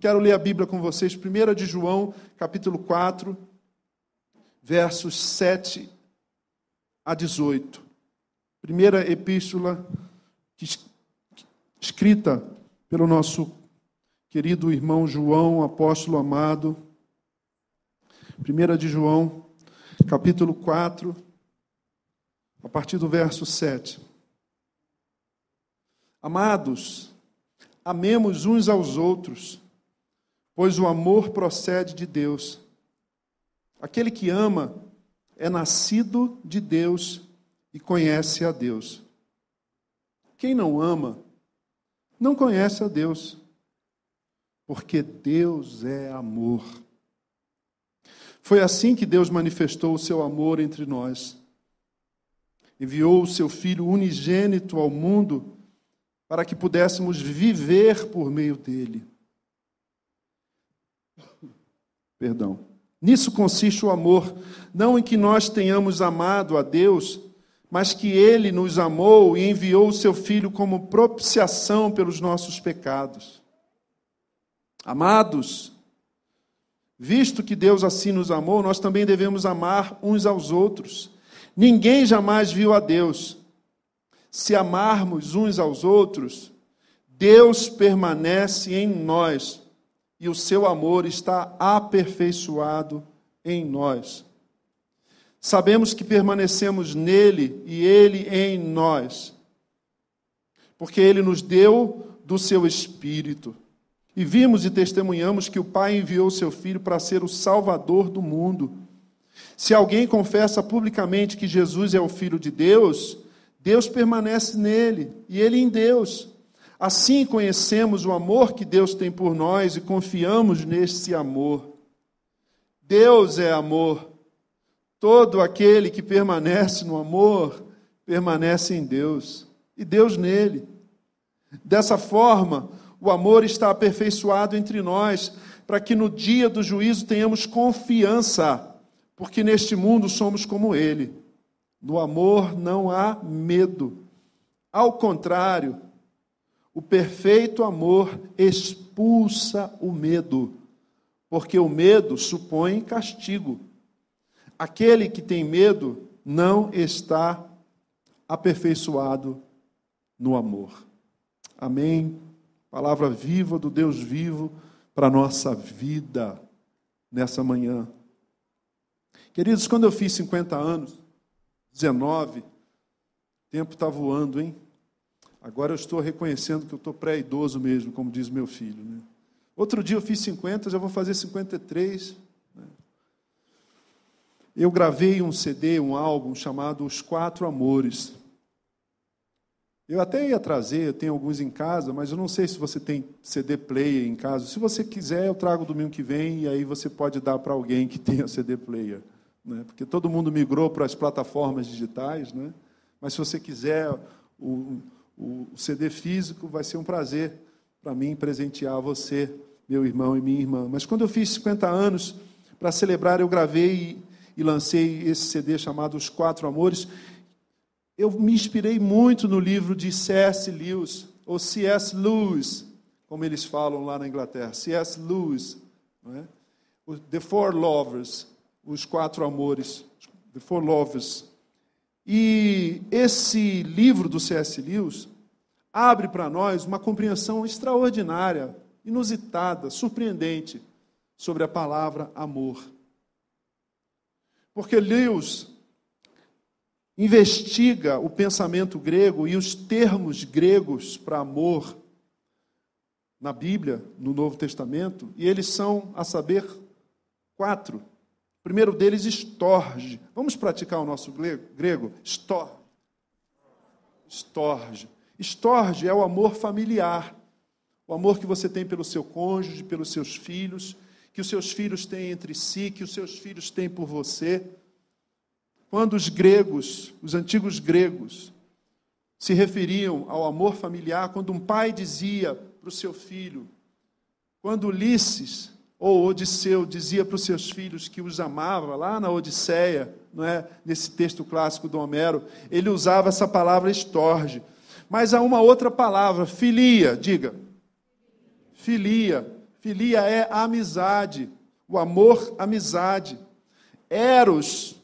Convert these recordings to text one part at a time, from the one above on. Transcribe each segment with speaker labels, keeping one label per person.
Speaker 1: quero ler a Bíblia com vocês, 1 de João, capítulo 4, versos 7 a 18. Primeira epístola escrita pelo nosso querido irmão João, apóstolo amado. 1 de João, capítulo 4, a partir do verso 7. Amados, amemos uns aos outros, pois o amor procede de Deus. Aquele que ama é nascido de Deus e conhece a Deus. Quem não ama, não conhece a Deus, porque Deus é amor. Foi assim que Deus manifestou o seu amor entre nós. Enviou o seu Filho unigênito ao mundo para que pudéssemos viver por meio dele. Perdão. Nisso consiste o amor, não em que nós tenhamos amado a Deus, mas que Ele nos amou e enviou o seu Filho como propiciação pelos nossos pecados. Amados, visto que Deus assim nos amou, nós também devemos amar uns aos outros. Ninguém jamais viu a Deus. Se amarmos uns aos outros, Deus permanece em nós e o seu amor está aperfeiçoado em nós. Sabemos que permanecemos nele e ele em nós, porque ele nos deu do seu Espírito. E vimos e testemunhamos que o Pai enviou o seu Filho para ser o Salvador do mundo. Se alguém confessa publicamente que Jesus é o Filho de Deus, Deus permanece nele e ele em Deus. Assim conhecemos o amor que Deus tem por nós e confiamos nesse amor. Deus é amor. Todo aquele que permanece no amor, permanece em Deus, e Deus nele. Dessa forma, o amor está aperfeiçoado entre nós, para que no dia do juízo tenhamos confiança, porque neste mundo somos como ele. No amor não há medo. Ao contrário, o perfeito amor expulsa o medo, porque o medo supõe castigo. Aquele que tem medo não está aperfeiçoado no amor. Amém? Palavra viva do Deus vivo para a nossa vida nessa manhã. Queridos, quando eu fiz 50 anos, 19, o tempo está voando, hein? Agora eu estou reconhecendo que eu estou pré-idoso mesmo, como diz meu filho, né? Outro dia eu fiz 50, já vou fazer 53, né? Eu gravei um CD, um álbum chamado Os Quatro Amores. Eu até ia trazer, eu tenho alguns em casa, mas eu não sei se você tem CD player em casa. Se você quiser, eu trago domingo que vem, e aí você pode dar para alguém que tenha CD player, né? Porque todo mundo migrou para as plataformas digitais, né? Mas se você quiser o CD físico, vai ser um prazer para mim presentear você, meu irmão e minha irmã. Mas quando eu fiz 50 anos, para celebrar, eu gravei e lancei esse CD chamado Os Quatro Amores. Eu me inspirei muito no livro de C.S. Lewis, ou C.S. Lewis, como eles falam lá na Inglaterra, C.S. Lewis, não é? The Four Lovers, Os Quatro Amores, The Four Lovers. E esse livro do C.S. Lewis abre para nós uma compreensão extraordinária, inusitada, surpreendente, sobre a palavra amor. Porque Lewis investiga o pensamento grego e os termos gregos para amor na Bíblia, no Novo Testamento, e eles são, a saber, 4. O primeiro deles, estorge. Vamos praticar o nosso grego? Estorge. Estorge é o amor familiar, o amor que você tem pelo seu cônjuge, pelos seus filhos, que os seus filhos têm entre si, que os seus filhos têm por você. Quando os gregos, os antigos gregos, se referiam ao amor familiar, quando um pai dizia para o seu filho, quando Ulisses ou Odisseu dizia para os seus filhos que os amava, lá na Odisseia, não é? Nesse texto clássico do Homero, ele usava essa palavra estorge. Mas há uma outra palavra, filia, diga. Filia. Filia é a amizade, o amor, amizade. Eros,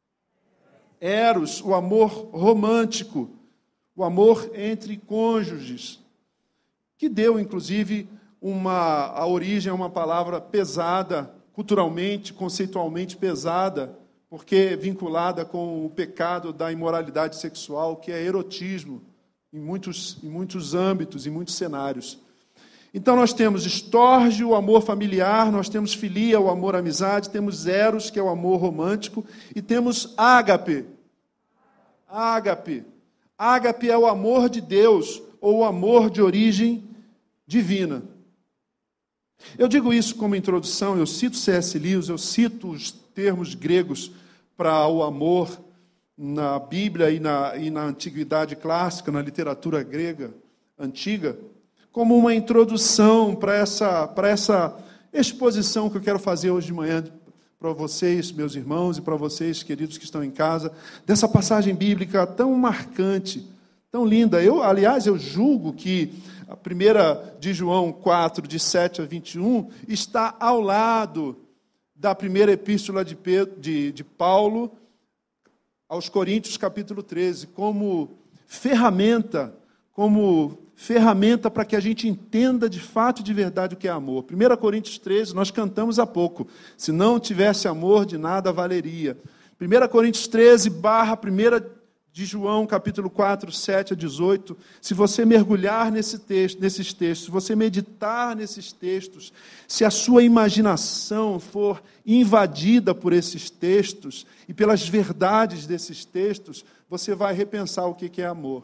Speaker 1: o amor romântico, o amor entre cônjuges, que deu, inclusive, a origem a uma palavra pesada, culturalmente, conceitualmente pesada, porque é vinculada com o pecado da imoralidade sexual, que é erotismo, em muitos âmbitos, em muitos cenários. Então nós temos estorge, o amor familiar, nós temos filia, o amor amizade, temos eros, que é o amor romântico, e temos ágape. Ágape. Ágape é o amor de Deus, ou o amor de origem divina. Eu digo isso como introdução, eu cito C.S. Lewis, eu cito os termos gregos para o amor na Bíblia e na antiguidade clássica, na literatura grega antiga, como uma introdução para essa exposição que eu quero fazer hoje de manhã para vocês, meus irmãos, e para vocês, queridos que estão em casa, dessa passagem bíblica tão marcante, tão linda. Aliás, eu julgo que a primeira de João 4, de 7 a 21, está ao lado da primeira epístola de Paulo aos Coríntios, capítulo 13, como ferramenta para que a gente entenda de fato e de verdade o que é amor. 1 Coríntios 13, nós cantamos há pouco. Se não tivesse amor, de nada valeria. 1 Coríntios 13, /1 de João, capítulo 4, 7 a 18. Se você mergulhar nesses textos, se você meditar nesses textos, se a sua imaginação for invadida por esses textos e pelas verdades desses textos, você vai repensar o que é amor.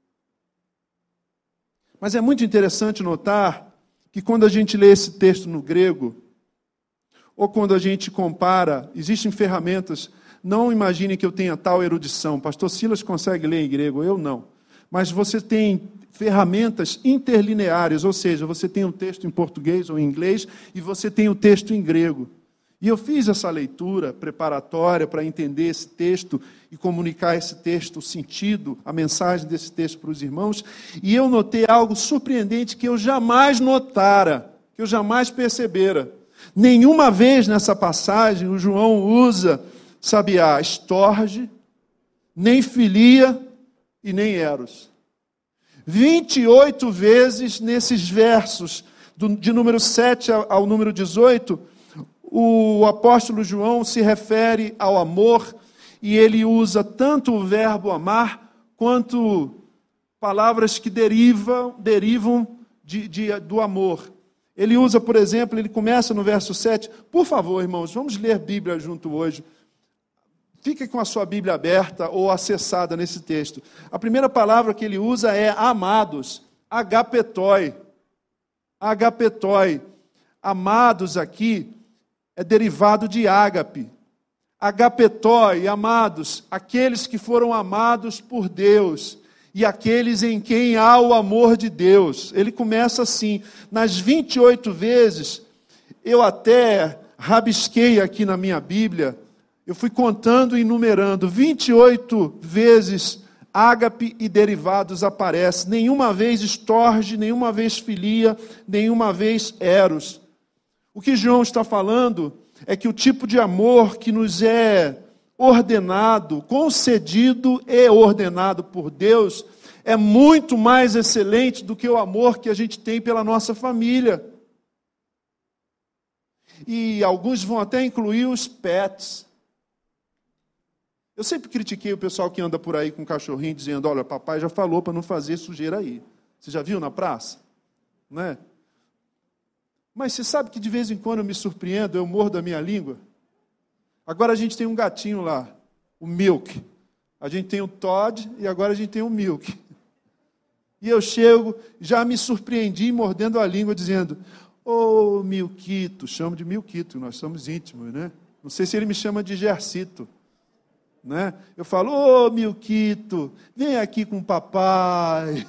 Speaker 1: Mas é muito interessante notar que quando a gente lê esse texto no grego, ou quando a gente compara, existem ferramentas, não imagine que eu tenha tal erudição, pastor Silas consegue ler em grego, eu não. Mas você tem ferramentas interlineares, ou seja, você tem um texto em português ou em inglês, e você tem o texto em grego. E eu fiz essa leitura preparatória para entender esse texto e comunicar esse texto, o sentido, a mensagem desse texto para os irmãos, e eu notei algo surpreendente que eu jamais notara, que eu jamais percebera. Nenhuma vez nessa passagem o João usa, estorge, nem filia e nem eros. 28 vezes nesses versos, de número 7 ao número 18, o apóstolo João se refere ao amor e ele usa tanto o verbo amar quanto palavras que derivam do amor. Ele usa, por exemplo, ele começa no verso 7. Por favor, irmãos, vamos ler Bíblia junto hoje. Fique com a sua Bíblia aberta ou acessada nesse texto. A primeira palavra que ele usa é amados, agapetoi. Agapetoi. Amados aqui é derivado de ágape. Agapetoi, amados, aqueles que foram amados por Deus e aqueles em quem há o amor de Deus. Ele começa assim, nas 28 vezes, eu até rabisquei aqui na minha Bíblia, eu fui contando e numerando, 28 vezes ágape e derivados aparecem, nenhuma vez estorge, nenhuma vez filia, nenhuma vez eros. O que João está falando é que o tipo de amor que nos é ordenado, concedido e ordenado por Deus, é muito mais excelente do que o amor que a gente tem pela nossa família. E alguns vão até incluir os pets. Eu sempre critiquei o pessoal que anda por aí com um cachorrinho dizendo, olha, papai já falou para não fazer sujeira aí. Você já viu na praça? Não é? Mas você sabe que de vez em quando eu me surpreendo, eu mordo a minha língua? Agora a gente tem um gatinho lá, o Milk. A gente tem o Todd e agora a gente tem o Milk. E eu chego, já me surpreendi mordendo a língua, dizendo, ô Milquito, chamo de Milquito, nós somos íntimos, né? Não sei se ele me chama de Gercito. Né? Eu falo, ô Milquito, vem aqui com o papai.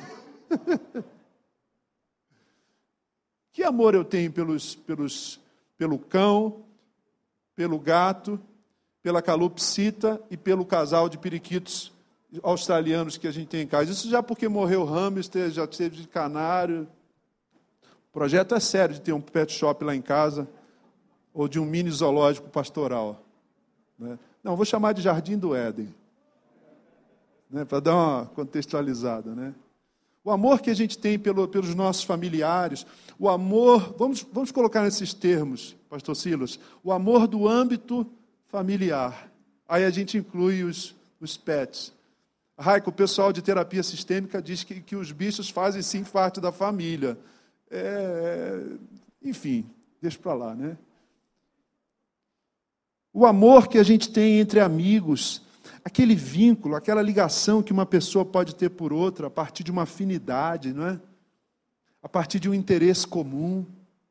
Speaker 1: Que amor eu tenho pelo cão, pelo gato, pela calopsita e pelo casal de periquitos australianos que a gente tem em casa. Isso já porque morreu o hamster, já teve de canário. O projeto é sério de ter um pet shop lá em casa, ou de um mini zoológico pastoral. Né? Não, vou chamar de Jardim do Éden. Né? Para dar uma contextualizada. Né? O amor que a gente tem pelos nossos familiares, o amor, vamos colocar nesses termos, pastor Silas, o amor do âmbito familiar. Aí a gente inclui os pets. Raico, o pessoal de terapia sistêmica diz que os bichos fazem sim parte da família. Enfim, deixa para lá, né? O amor que a gente tem entre amigos, aquele vínculo, aquela ligação que uma pessoa pode ter por outra, a partir de uma afinidade, não é? A partir de um interesse comum.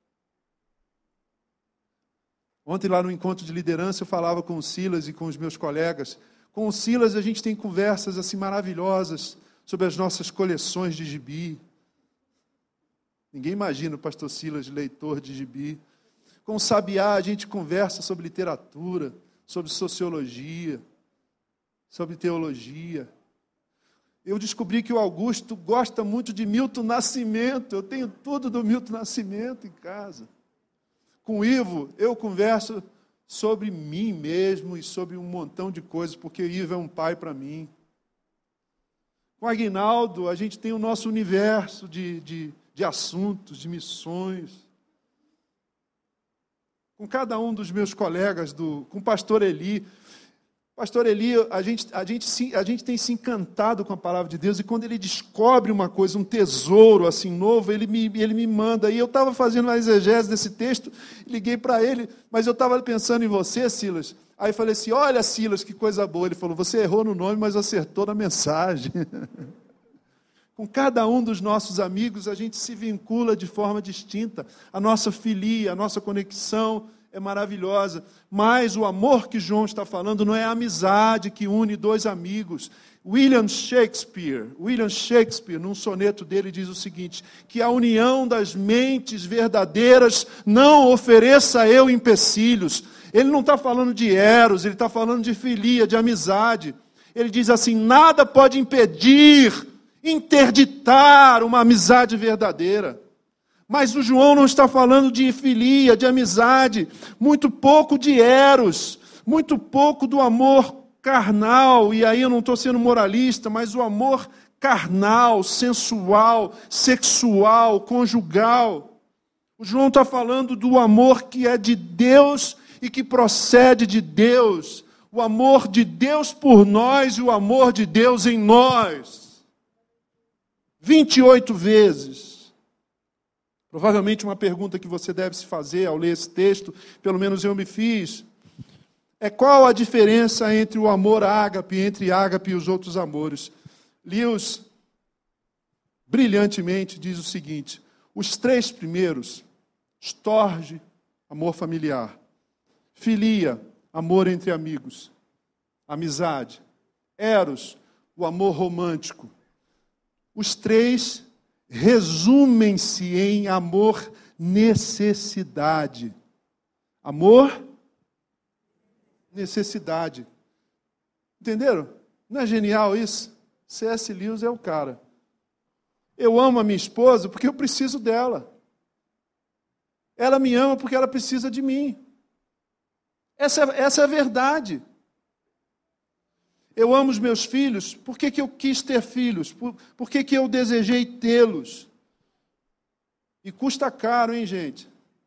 Speaker 1: Ontem, lá no encontro de liderança, eu falava com o Silas e com os meus colegas. Com o Silas, a gente tem conversas assim maravilhosas sobre as nossas coleções de gibi. Ninguém imagina o pastor Silas leitor de gibi. Com o Sabiá, a gente conversa sobre literatura, sobre sociologia, sobre teologia. Eu descobri que o Augusto gosta muito de Milton Nascimento. Eu tenho tudo do Milton Nascimento em casa. Com o Ivo, eu converso sobre mim mesmo e sobre um montão de coisas, porque o Ivo é um pai para mim. Com o Aguinaldo, a gente tem o nosso universo de assuntos, de missões. Com cada um dos meus colegas, com o pastor Eli. Pastor Eli, a gente tem se encantado com a palavra de Deus, e quando ele descobre uma coisa, um tesouro assim novo, ele me manda. E eu estava fazendo a exegese desse texto, liguei para ele, mas eu estava pensando em você, Silas. Aí eu falei assim, olha, Silas, que coisa boa. Ele falou, você errou no nome, mas acertou na mensagem. Com cada um dos nossos amigos, a gente se vincula de forma distinta. A nossa filia, a nossa conexão é maravilhosa. Mas o amor que João está falando não é a amizade que une dois amigos. William Shakespeare, num soneto dele, diz o seguinte, que a união das mentes verdadeiras não ofereça eu empecilhos. Ele não está falando de eros, ele está falando de filia, de amizade. Ele diz assim, nada pode impedir, interditar uma amizade verdadeira. Mas o João não está falando de filia, de amizade, muito pouco de eros, muito pouco do amor carnal, e aí eu não estou sendo moralista, mas o amor carnal, sensual, sexual, conjugal. O João está falando do amor que é de Deus e que procede de Deus, o amor de Deus por nós e o amor de Deus em nós. 28 vezes. Provavelmente uma pergunta que você deve se fazer ao ler esse texto, pelo menos eu me fiz, é qual a diferença entre o amor ágape, entre ágape e os outros amores? Lewis, brilhantemente, diz o seguinte, os três primeiros, storge, amor familiar, filia, amor entre amigos, amizade, eros, o amor romântico, os três resumem-se em amor necessidade. Amor, necessidade. Entenderam? Não é genial isso? C.S. Lewis é o cara. Eu amo a minha esposa porque eu preciso dela. Ela me ama porque ela precisa de mim. Essa é a verdade. Eu amo os meus filhos, por que eu quis ter filhos? Por que eu desejei tê-los? E custa caro, hein, gente?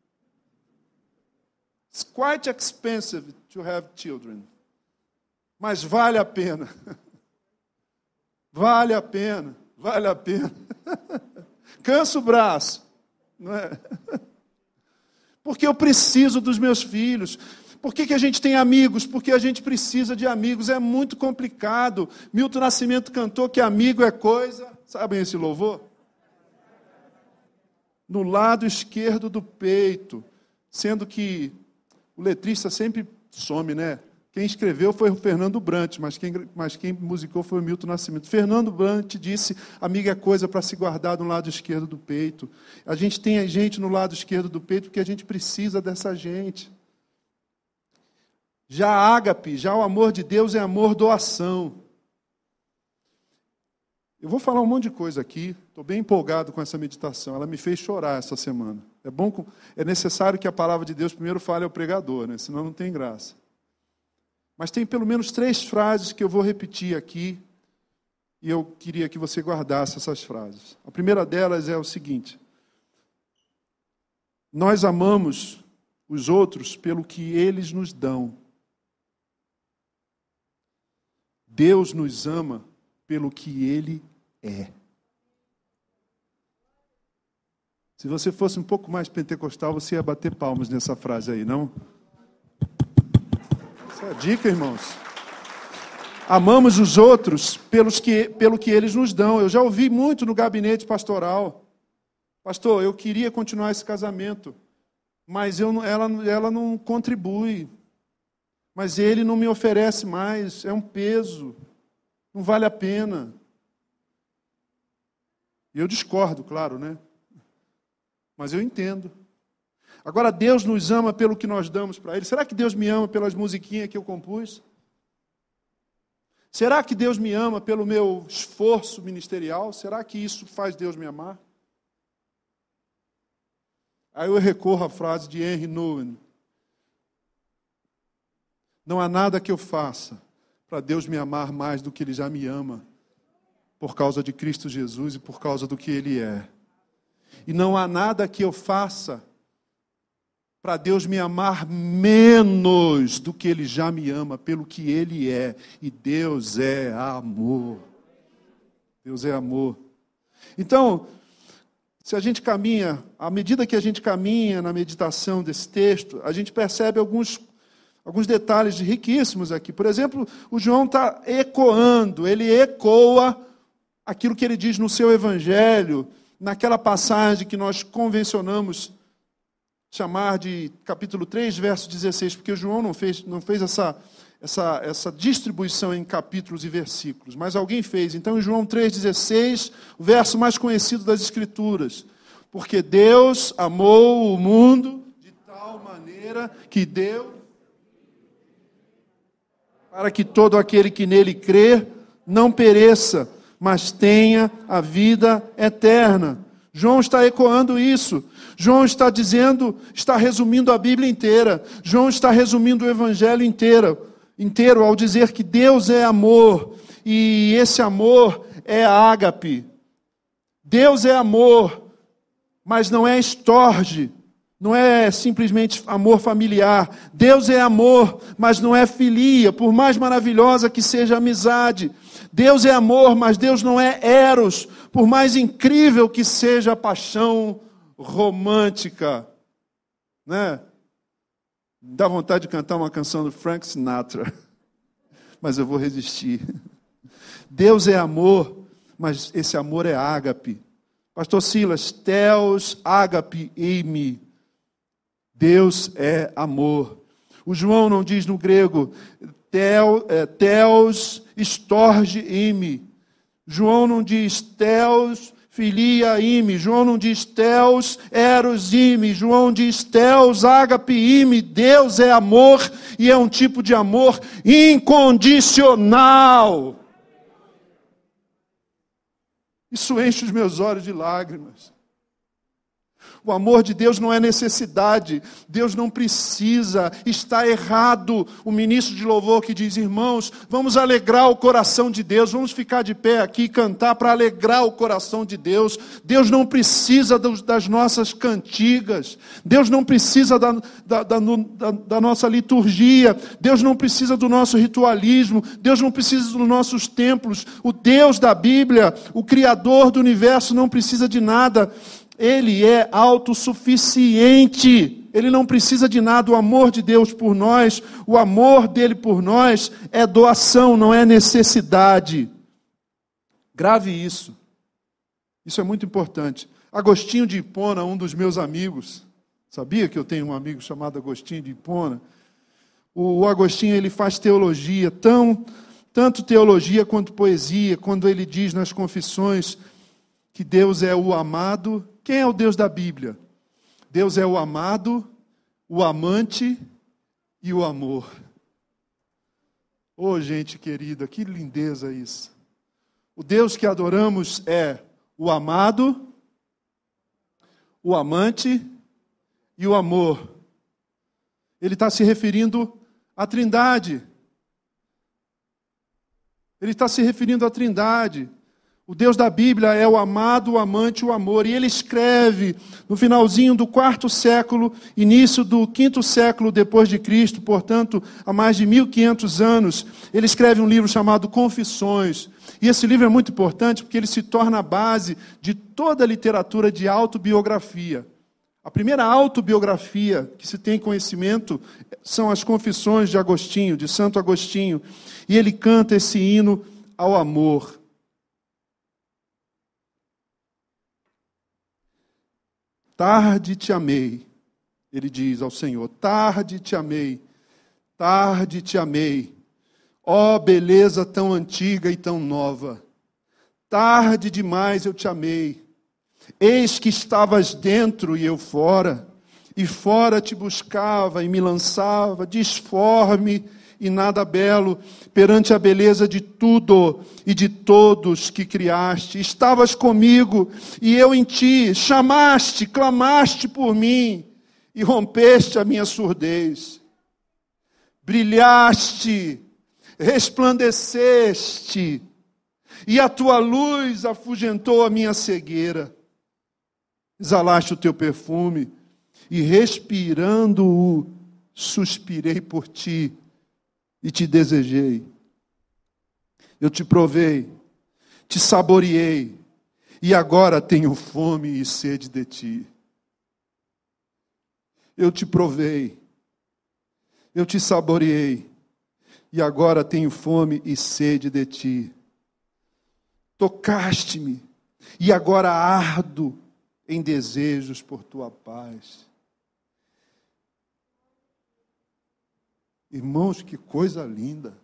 Speaker 1: It's quite expensive to have children. Mas vale a pena. Vale a pena, vale a pena. Cansa o braço, não é? Porque eu preciso dos meus filhos. Por que a gente tem amigos? Porque a gente precisa de amigos. É muito complicado. Milton Nascimento cantou que amigo é coisa... Sabem esse louvor? No lado esquerdo do peito. Sendo que o letrista sempre some, né? Quem escreveu foi o Fernando Brant, mas quem musicou foi o Milton Nascimento. Fernando Brant disse, amigo é coisa para se guardar no lado esquerdo do peito. A gente tem a gente no lado esquerdo do peito porque a gente precisa dessa gente. Já ágape, já o amor de Deus é amor doação. Eu vou falar um monte de coisa aqui, estou bem empolgado com essa meditação, ela me fez chorar essa semana. É necessário que a palavra de Deus primeiro fale ao pregador, né? Senão não tem graça. Mas tem pelo menos 3 frases que eu vou repetir aqui, e eu queria que você guardasse essas frases. A primeira delas é o seguinte: nós amamos os outros pelo que eles nos dão. Deus nos ama pelo que Ele é. Se você fosse um pouco mais pentecostal, você ia bater palmas nessa frase aí, não? Essa é a dica, irmãos. Amamos os outros pelo que eles nos dão. Eu já ouvi muito no gabinete pastoral. Pastor, eu queria continuar esse casamento, mas ela não contribui. Mas ele não me oferece mais, é um peso, não vale a pena. E eu discordo, claro, né? Mas eu entendo. Agora, Deus nos ama pelo que nós damos para Ele. Será que Deus me ama pelas musiquinhas que eu compus? Será que Deus me ama pelo meu esforço ministerial? Será que isso faz Deus me amar? Aí eu recorro à frase de Henry Nouwen: não há nada que eu faça para Deus me amar mais do que Ele já me ama, por causa de Cristo Jesus e por causa do que Ele é. E não há nada que eu faça para Deus me amar menos do que Ele já me ama, pelo que Ele é. E Deus é amor. Deus é amor. Então, se a gente caminha, à medida que a gente caminha na meditação desse texto, a gente percebe alguns detalhes riquíssimos aqui. Por exemplo, o João está ecoando, ele ecoa aquilo que ele diz no seu evangelho, naquela passagem que nós convencionamos chamar de capítulo 3, verso 16, porque o João não fez essa distribuição em capítulos e versículos, mas alguém fez. Então, em João 3,16, o verso mais conhecido das Escrituras: porque Deus amou o mundo de tal maneira que deu, para que todo aquele que nele crê não pereça, mas tenha a vida eterna. João está ecoando isso. João está dizendo, está resumindo a Bíblia inteira. João está resumindo o Evangelho inteiro ao dizer que Deus é amor. E esse amor é ágape. Deus é amor, mas não é estorge. Não é simplesmente amor familiar. Deus é amor, mas não é filia, por mais maravilhosa que seja a amizade. Deus é amor, mas Deus não é eros, por mais incrível que seja a paixão romântica. Né? Dá vontade de cantar uma canção do Frank Sinatra, mas eu vou resistir. Deus é amor, mas esse amor é ágape. Pastor Silas, Theos, ágape, eimi. Deus é amor. O João não diz no grego Theos, storge, imi. João não diz Theos, filia, imi. João não diz Theos, eros, imi. João diz Theos, ágape, imi. Deus é amor e é um tipo de amor incondicional. Isso enche os meus olhos de lágrimas. O amor de Deus não é necessidade. Deus não precisa. Está errado o ministro de louvor que diz: irmãos, vamos alegrar o coração de Deus. Vamos ficar de pé aqui e cantar para alegrar o coração de Deus. Deus não precisa das nossas cantigas. Deus não precisa da nossa liturgia. Deus não precisa do nosso ritualismo. Deus não precisa dos nossos templos. O Deus da Bíblia, o Criador do universo, não precisa de nada. Ele é autossuficiente. Ele não precisa de nada. O amor de Deus por nós, o amor dele por nós é doação, não é necessidade. Grave isso. Isso é muito importante. Agostinho de Hipona, um dos meus amigos, sabia que eu tenho um amigo chamado Agostinho de Hipona? O Agostinho, ele faz teologia, tanto teologia quanto poesia, quando ele diz nas Confissões que Deus é o amado. Quem é o Deus da Bíblia? Deus é o amado, o amante e o amor. Oh, gente querida, que lindeza isso. O Deus que adoramos é o amado, o amante e o amor. Ele está se referindo à Trindade. Ele está se referindo à Trindade. O Deus da Bíblia é o amado, o amante e o amor. E ele escreve no finalzinho do 4º século, início do 5º século depois de Cristo, portanto, há mais de 1500 anos, ele escreve um livro chamado Confissões. E esse livro é muito importante porque ele se torna a base de toda a literatura de autobiografia. A primeira autobiografia que se tem conhecimento são as Confissões de Agostinho, de Santo Agostinho. E ele canta esse hino ao amor. Tarde te amei, ele diz ao Senhor, tarde te amei, tarde te amei. Ó beleza tão antiga e tão nova, tarde demais eu te amei. Eis que estavas dentro e eu fora, e fora te buscava e me lançava, disforme e nada belo, perante a beleza de tudo e de todos que criaste. Estavas comigo e eu em ti, chamaste, clamaste por mim e rompeste a minha surdez. Brilhaste, resplandeceste, e a tua luz afugentou a minha cegueira. Exalaste o teu perfume, e respirando-o, suspirei por ti, e te desejei. Eu te provei, te saboreei, e agora tenho fome e sede de ti. Eu te provei, eu te saboreei, e agora tenho fome e sede de ti. Tocaste-me, e agora ardo em desejos por tua paz. Irmãos, que coisa linda.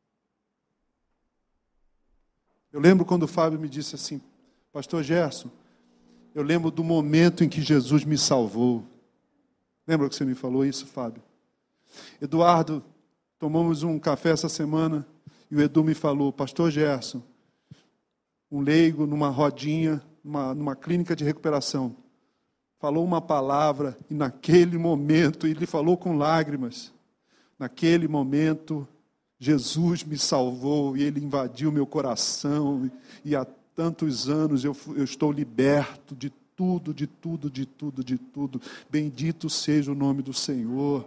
Speaker 1: Eu lembro quando o Fábio me disse assim, Pastor Gerson, eu lembro do momento em que Jesus me salvou. Lembra que você me falou isso, Fábio? Eduardo, tomamos um café essa semana e o Edu me falou, Pastor Gerson, um leigo numa rodinha, numa clínica de recuperação, falou uma palavra e naquele momento, ele falou com lágrimas, naquele momento, Jesus me salvou e Ele invadiu meu coração. E há tantos anos eu estou liberto de tudo, de tudo, de tudo, de tudo. Bendito seja o nome do Senhor.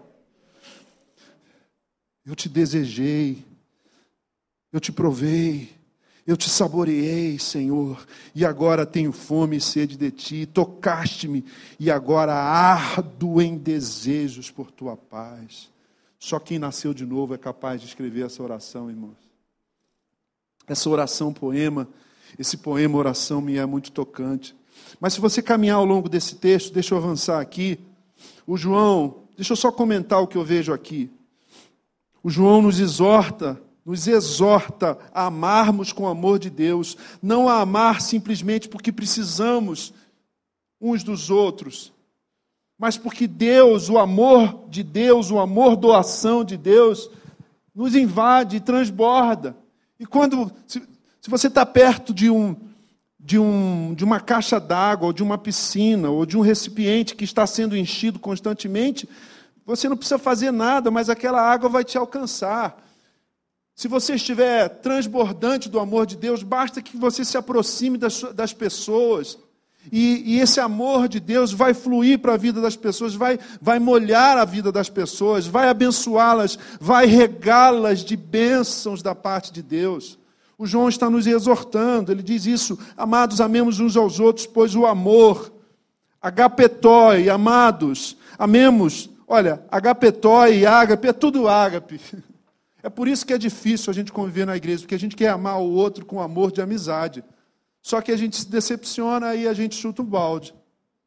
Speaker 1: Eu te desejei, eu te provei, eu te saboreei, Senhor. E agora tenho fome e sede de Ti. Tocaste-me e agora ardo em desejos por Tua paz. Só quem nasceu de novo é capaz de escrever essa oração, irmãos. Essa oração poema, esse poema oração me é muito tocante. Mas se você caminhar ao longo desse texto, deixa eu avançar aqui. O João, deixa eu só comentar o que eu vejo aqui. O João nos exorta a amarmos com o amor de Deus, não a amar simplesmente porque precisamos uns dos outros, mas porque Deus, o amor de Deus, o amor doação de Deus, nos invade e transborda. E quando, se você está perto de uma caixa d'água, ou de uma piscina, ou de um recipiente que está sendo enchido constantemente, você não precisa fazer nada, mas aquela água vai te alcançar. Se você estiver transbordante do amor de Deus, basta que você se aproxime das pessoas. E esse amor de Deus vai fluir para a vida das pessoas, vai molhar a vida das pessoas, vai abençoá-las, vai regá-las de bênçãos da parte de Deus. O João está nos exortando, ele diz isso, amados, amemos uns aos outros, pois o amor, agapetói, amados, amemos, olha, agapetói e ágape, é tudo ágape. É por isso que é difícil a gente conviver na igreja, porque a gente quer amar o outro com amor de amizade. Só que a gente se decepciona e a gente chuta o balde.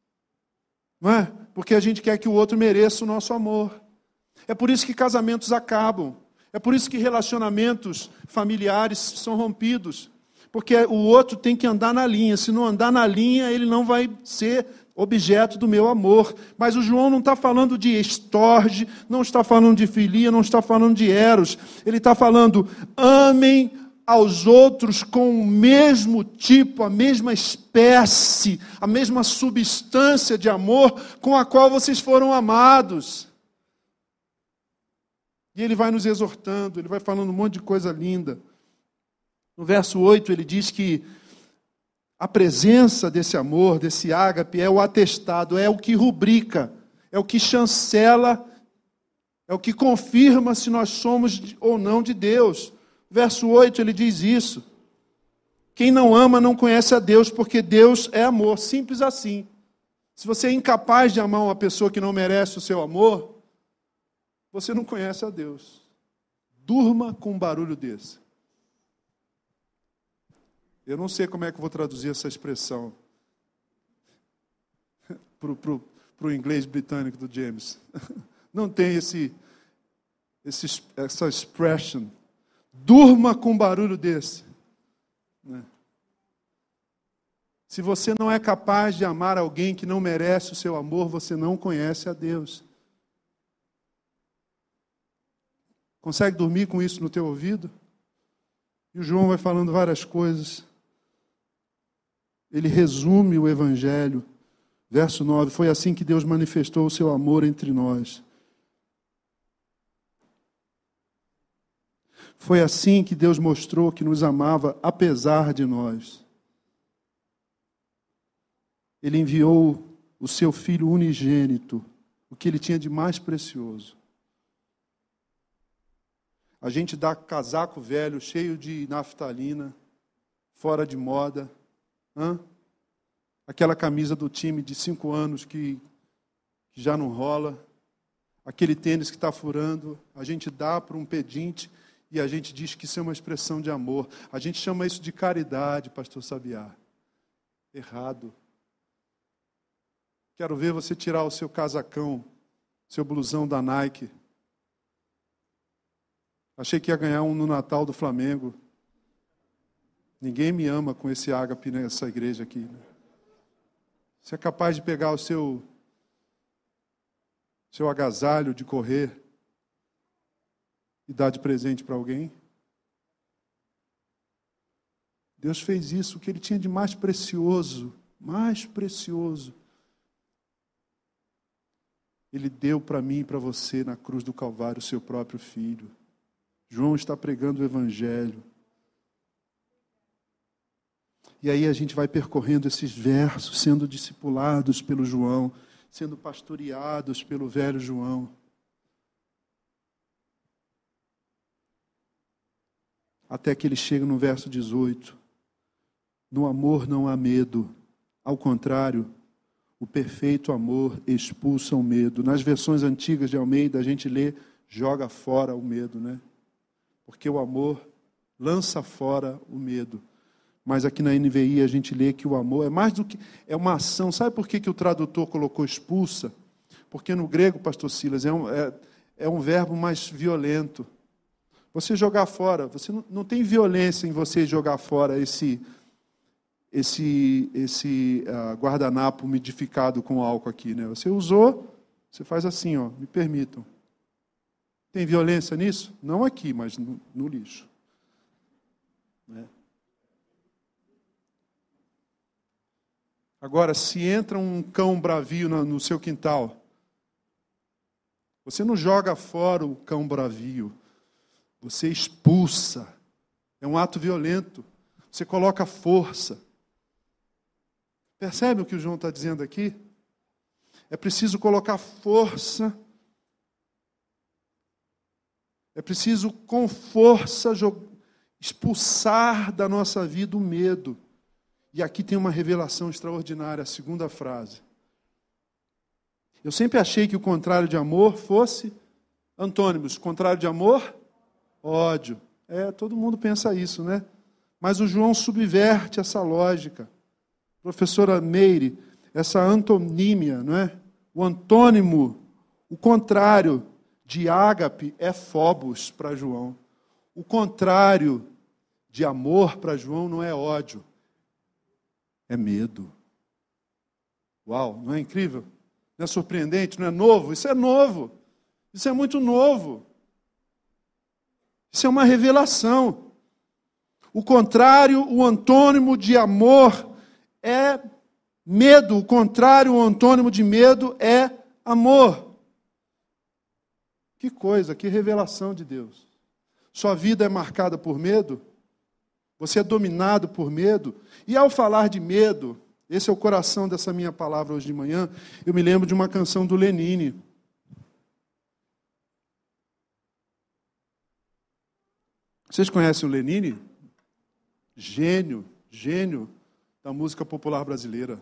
Speaker 1: Não é? Porque a gente quer que o outro mereça o nosso amor. É por isso que casamentos acabam. É por isso que relacionamentos familiares são rompidos. Porque o outro tem que andar na linha. Se não andar na linha, ele não vai ser objeto do meu amor. Mas o João não está falando de estorge, não está falando de filia, não está falando de eros. Ele está falando, amem aos outros com o mesmo tipo, a mesma espécie, a mesma substância de amor com a qual vocês foram amados. E ele vai nos exortando, ele vai falando um monte de coisa linda. No verso 8 ele diz que a presença desse amor, desse ágape, é o atestado, é o que rubrica, é o que chancela, é o que confirma se nós somos ou não de Deus. Verso 8, ele diz isso. Quem não ama não conhece a Deus, porque Deus é amor. Simples assim. Se você é incapaz de amar uma pessoa que não merece o seu amor, você não conhece a Deus. Durma com um barulho desse. Eu não sei como é que eu vou traduzir essa expressão para o inglês britânico do James. Não tem essa expression. Durma com um barulho desse. Se você não é capaz de amar alguém que não merece o seu amor, você não conhece a Deus. Consegue dormir com isso no teu ouvido? E o João vai falando várias coisas. Ele resume o Evangelho. Verso 9, foi assim que Deus manifestou o seu amor entre nós. Foi assim que Deus mostrou que nos amava, apesar de nós. Ele enviou o seu Filho unigênito, o que ele tinha de mais precioso. A gente dá casaco velho, cheio de naftalina, fora de moda. Aquela camisa do time de 5 anos que já não rola. Aquele tênis que está furando. A gente dá para um pedinte e a gente diz que isso é uma expressão de amor. A gente chama isso de caridade, pastor Sabiá. Errado. Quero ver você tirar o seu casacão, seu blusão da Nike. Achei que ia ganhar um no Natal do Flamengo. Ninguém me ama com esse ágape nessa igreja aqui. Né? Você é capaz de pegar o seu agasalho de correr e dar de presente para alguém? Deus fez isso, o que ele tinha de mais precioso, ele deu para mim e para você na cruz do Calvário o seu próprio Filho. João está pregando o Evangelho. E aí a gente vai percorrendo esses versos, sendo discipulados pelo João, sendo pastoreados pelo velho João. Até que ele chega no verso 18. No amor não há medo. Ao contrário, o perfeito amor expulsa o medo. Nas versões antigas de Almeida, a gente lê, joga fora o medo, né? Porque o amor lança fora o medo. Mas aqui na NVI a gente lê que o amor é mais do que... é uma ação. Sabe por que o tradutor colocou expulsa? Porque no grego, pastor Silas, é um verbo mais violento. Você jogar fora, você não tem violência em você jogar fora esse guardanapo umidificado com álcool aqui, né? Você usou, você faz assim, ó, me permitam. Tem violência nisso? Não aqui, mas no lixo. Né? Agora, se entra um cão bravio no seu quintal, você não joga fora o cão bravio, você expulsa. É um ato violento. Você coloca força. Percebe o que o João está dizendo aqui? É preciso colocar força. É preciso, com força, expulsar da nossa vida o medo. E aqui tem uma revelação extraordinária, a segunda frase. Eu sempre achei que o contrário de amor fosse antônimos. Contrário de amor, ódio. Todo mundo pensa isso, né? Mas o João subverte essa lógica. Professora Meire, essa antonímia, não é? O antônimo, o contrário de ágape é phobos para João. O contrário de amor para João não é ódio, é medo. Uau, não é incrível? Não é surpreendente? Não é novo? Isso é novo. Isso é muito novo. Isso é uma revelação. O contrário, o antônimo de amor é medo. O contrário, o antônimo de medo é amor. Que coisa, que revelação de Deus. Sua vida é marcada por medo? Você é dominado por medo? E ao falar de medo, esse é o coração dessa minha palavra hoje de manhã, eu me lembro de uma canção do Lenine. Vocês conhecem o Lenine? Gênio da música popular brasileira.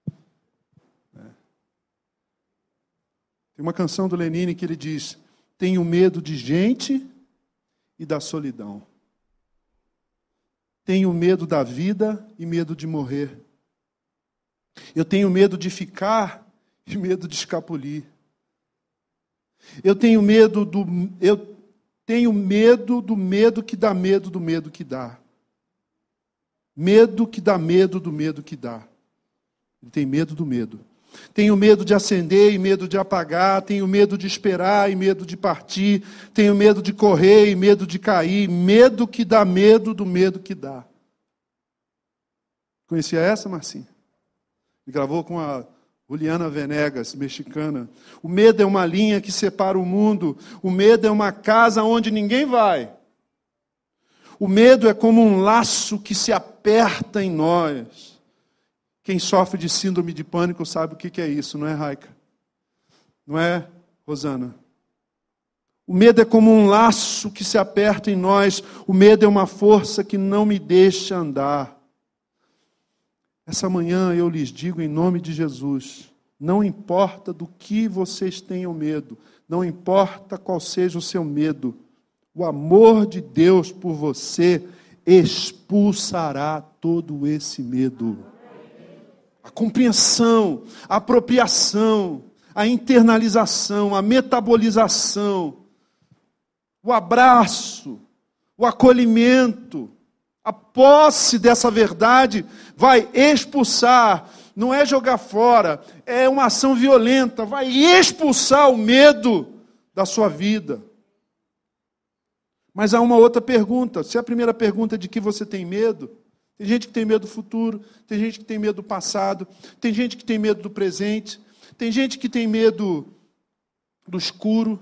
Speaker 1: Tem uma canção do Lenine que ele diz: tenho medo de gente e da solidão. Tenho medo da vida e medo de morrer. Eu tenho medo de ficar e medo de escapulir. Eu tenho medo do medo que dá medo do medo que dá. Medo que dá medo do medo que dá. Ele tem medo do medo. Tenho medo de acender e medo de apagar. Tenho medo de esperar e medo de partir. Tenho medo de correr e medo de cair. Medo que dá medo do medo que dá. Conhecia essa, Marcinha? Ele gravou com a Juliana Venegas, mexicana. O medo é uma linha que separa o mundo. O medo é uma casa onde ninguém vai. O medo é como um laço que se aperta em nós. Quem sofre de síndrome de pânico sabe o que é isso, não é, Raica? Não é, Rosana? O medo é como um laço que se aperta em nós. O medo é uma força que não me deixa andar. Essa manhã eu lhes digo em nome de Jesus, não importa do que vocês tenham medo, não importa qual seja o seu medo, o amor de Deus por você expulsará todo esse medo. A compreensão, a apropriação, a internalização, a metabolização, o abraço, o acolhimento, a posse dessa verdade vai expulsar, não é jogar fora, é uma ação violenta, vai expulsar o medo da sua vida. Mas há uma outra pergunta. Se a primeira pergunta é de que você tem medo, tem gente que tem medo do futuro, tem gente que tem medo do passado, tem gente que tem medo do presente, tem gente que tem medo do escuro,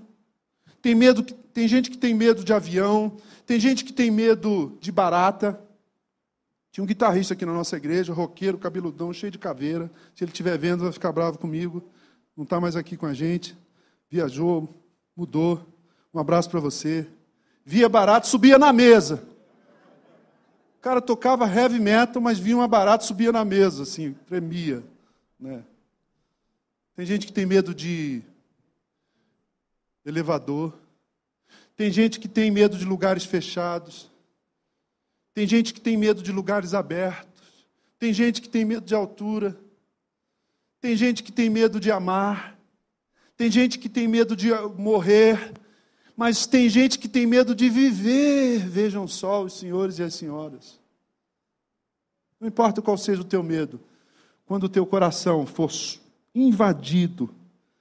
Speaker 1: tem gente que tem medo de avião, tem gente que tem medo de barata. Tinha um guitarrista aqui na nossa igreja, roqueiro, cabeludão, cheio de caveira. Se ele estiver vendo, vai ficar bravo comigo. Não está mais aqui com a gente. Viajou, mudou. Um abraço para você. Via barata, subia na mesa. O cara tocava heavy metal, mas via uma barata, subia na mesa, assim, tremia. Né? Tem gente que tem medo de elevador. Tem gente que tem medo de lugares fechados. Tem gente que tem medo de lugares abertos. Tem gente que tem medo de altura. Tem gente que tem medo de amar. Tem gente que tem medo de morrer. Mas tem gente que tem medo de viver. Vejam só os senhores e as senhoras. Não importa qual seja o teu medo. Quando o teu coração for invadido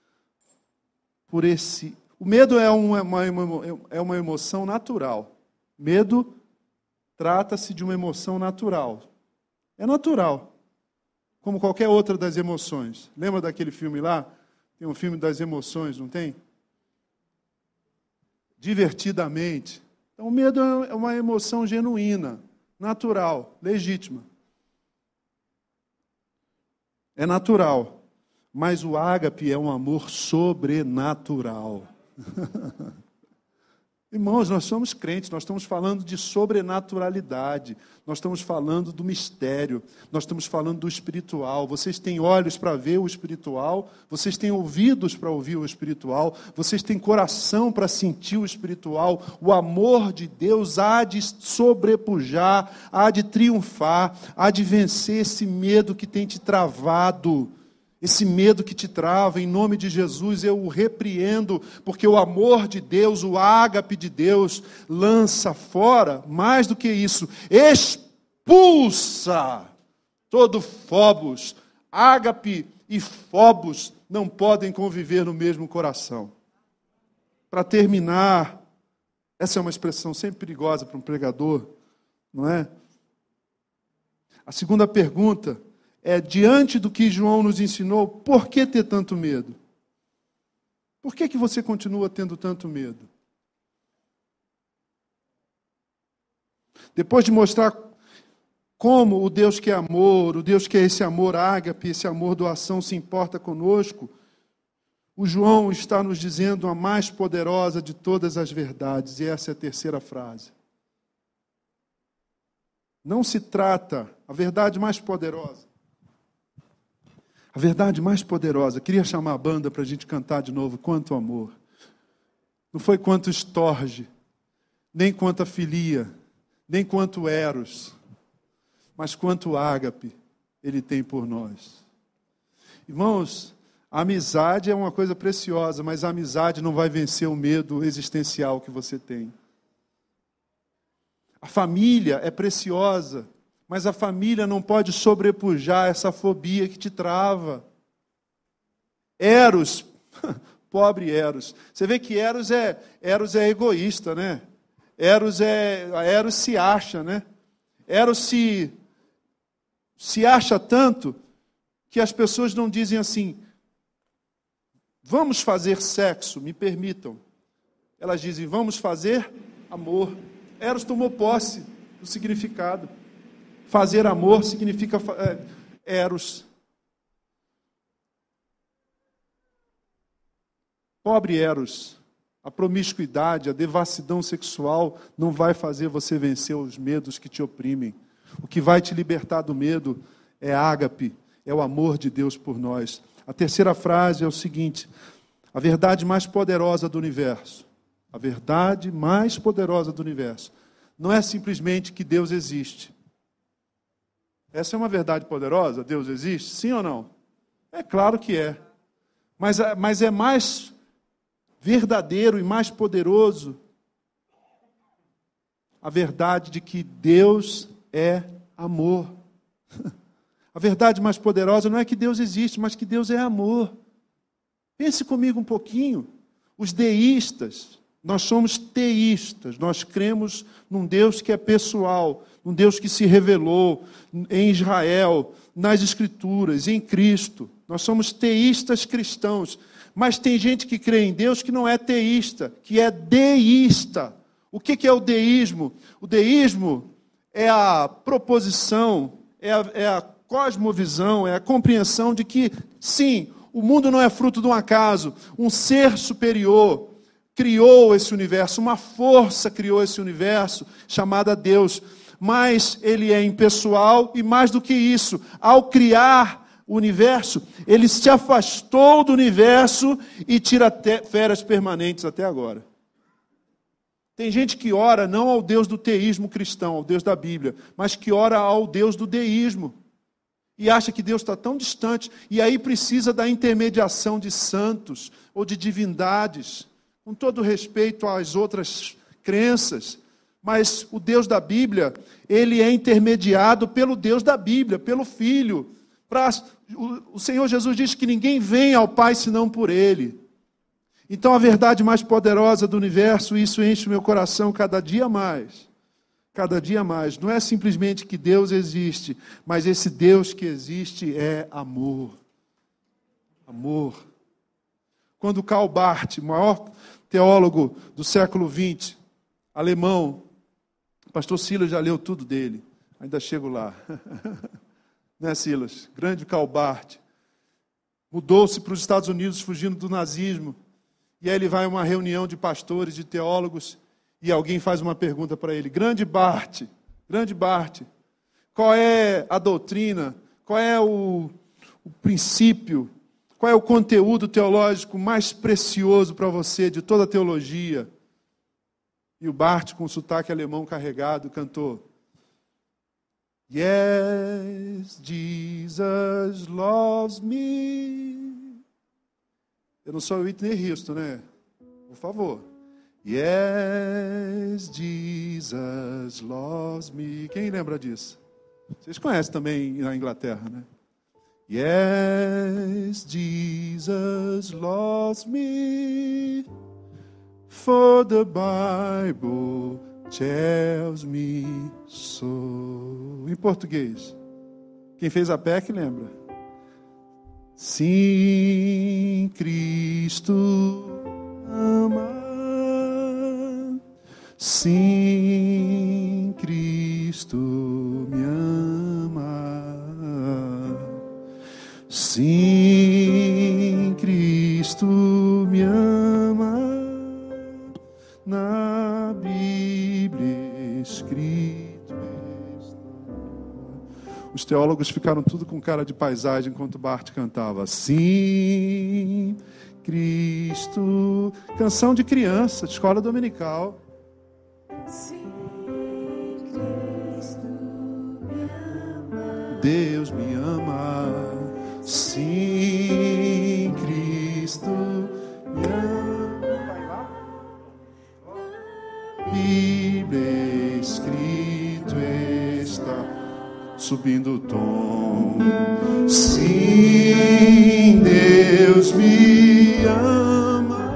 Speaker 1: por esse... O medo é uma emoção natural. Medo trata-se de uma emoção natural. É natural. Como qualquer outra das emoções. Lembra daquele filme lá? Tem um filme das emoções, não tem? Divertidamente. Então, o medo é uma emoção genuína, natural, legítima. É natural. Mas o ágape é um amor sobrenatural. Irmãos, nós somos crentes, nós estamos falando de sobrenaturalidade, nós estamos falando do mistério, nós estamos falando do espiritual. Vocês têm olhos para ver o espiritual, vocês têm ouvidos para ouvir o espiritual, vocês têm coração para sentir o espiritual. O amor de Deus há de sobrepujar, há de triunfar, há de vencer esse medo que tem te travado. Esse medo que te trava, em nome de Jesus, eu o repreendo, porque o amor de Deus, o ágape de Deus, lança fora, mais do que isso, expulsa todo fobos. Ágape e fobos não podem conviver no mesmo coração. Para terminar, essa é uma expressão sempre perigosa para um pregador, não é? A segunda pergunta é, diante do que João nos ensinou, por que ter tanto medo? Por que você continua tendo tanto medo? Depois de mostrar como o Deus que é amor, o Deus que é esse amor ágape, esse amor doação se importa conosco, o João está nos dizendo a mais poderosa de todas as verdades, e essa é a terceira frase. Não se trata, a verdade mais poderosa, queria chamar a banda para a gente cantar de novo, quanto amor. Não foi quanto estorge, nem quanto a filia, nem quanto eros, mas quanto ágape ele tem por nós. Irmãos, a amizade é uma coisa preciosa, mas a amizade não vai vencer o medo existencial que você tem. A família é preciosa, mas a família não pode sobrepujar essa fobia que te trava. Eros, pobre Eros. Você vê que Eros é egoísta, né? Eros se acha, né? Eros se acha tanto que as pessoas não dizem assim, vamos fazer sexo, me permitam. Elas dizem, vamos fazer amor. Eros tomou posse do significado. Fazer amor significa Eros. Pobre Eros. A promiscuidade, a devassidão sexual não vai fazer você vencer os medos que te oprimem. O que vai te libertar do medo é ágape, é o amor de Deus por nós. A terceira frase é o seguinte, a verdade mais poderosa do universo, a verdade mais poderosa do universo, não é simplesmente que Deus existe. Essa é uma verdade poderosa? Deus existe? Sim ou não? É claro que é. Mas é mais verdadeiro e mais poderoso a verdade de que Deus é amor. A verdade mais poderosa não é que Deus existe, mas que Deus é amor. Pense comigo um pouquinho. Os deístas, nós somos teístas, nós cremos num Deus que é pessoal, num Deus que se revelou em Israel, nas Escrituras, em Cristo. Nós somos teístas cristãos. Mas tem gente que crê em Deus que não é teísta, que é deísta. O que é o deísmo? O deísmo é a proposição, é a cosmovisão, é a compreensão de que, sim, o mundo não é fruto de um acaso. Um ser superior criou esse universo, uma força criou esse universo, chamada Deus. Mas ele é impessoal e, mais do que isso, ao criar o universo, ele se afastou do universo e tira férias permanentes até agora. Tem gente que ora não ao Deus do teísmo cristão, ao Deus da Bíblia, mas que ora ao Deus do deísmo. E acha que Deus está tão distante, e aí precisa da intermediação de santos ou de divindades, com todo respeito às outras crenças. Mas o Deus da Bíblia, ele é intermediado pelo Deus da Bíblia, pelo Filho. O Senhor Jesus diz que ninguém vem ao Pai senão por Ele. Então a verdade mais poderosa do universo, isso enche o meu coração cada dia mais. Cada dia mais. Não é simplesmente que Deus existe, mas esse Deus que existe é amor. Amor. Quando Karl Barth, o maior teólogo do século XX, alemão, o pastor Silas já leu tudo dele, ainda chego lá. Né, Silas? Grande Karl Barth. Mudou-se para os Estados Unidos fugindo do nazismo. E aí ele vai a uma reunião de pastores, de teólogos, e alguém faz uma pergunta para ele. Grande Barth, qual é a doutrina, qual é o princípio, qual é o conteúdo teológico mais precioso para você de toda a teologia? E o Barth, com sotaque alemão carregado, cantou: Yes, Jesus loves me. Eu não sou Whitney Houston, né? Por favor. Yes, Jesus loves me. Quem lembra disso? Vocês conhecem também na Inglaterra, né? Yes, Jesus loves me. For the Bible tells-me so. Em português, quem fez a PEC lembra? Sim, Cristo ama. Sim, Cristo me ama. Sim, Cristo me ama. Na Bíblia escrito está. Os teólogos ficaram tudo com cara de paisagem enquanto Bart cantava. Sim, Cristo. Canção de criança, de escola dominical.
Speaker 2: Sim, Cristo me ama.
Speaker 1: Deus me ama. Sim, Cristo me ama. Vai lá. Bíblia escrito está. Subindo o tom. Sim, Deus me ama.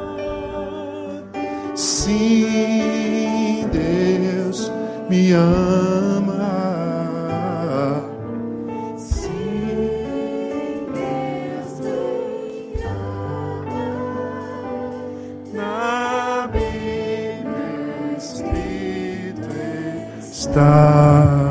Speaker 1: Sim, Deus me ama.
Speaker 2: Sim, Deus me ama.
Speaker 1: Na Bíblia escrito está.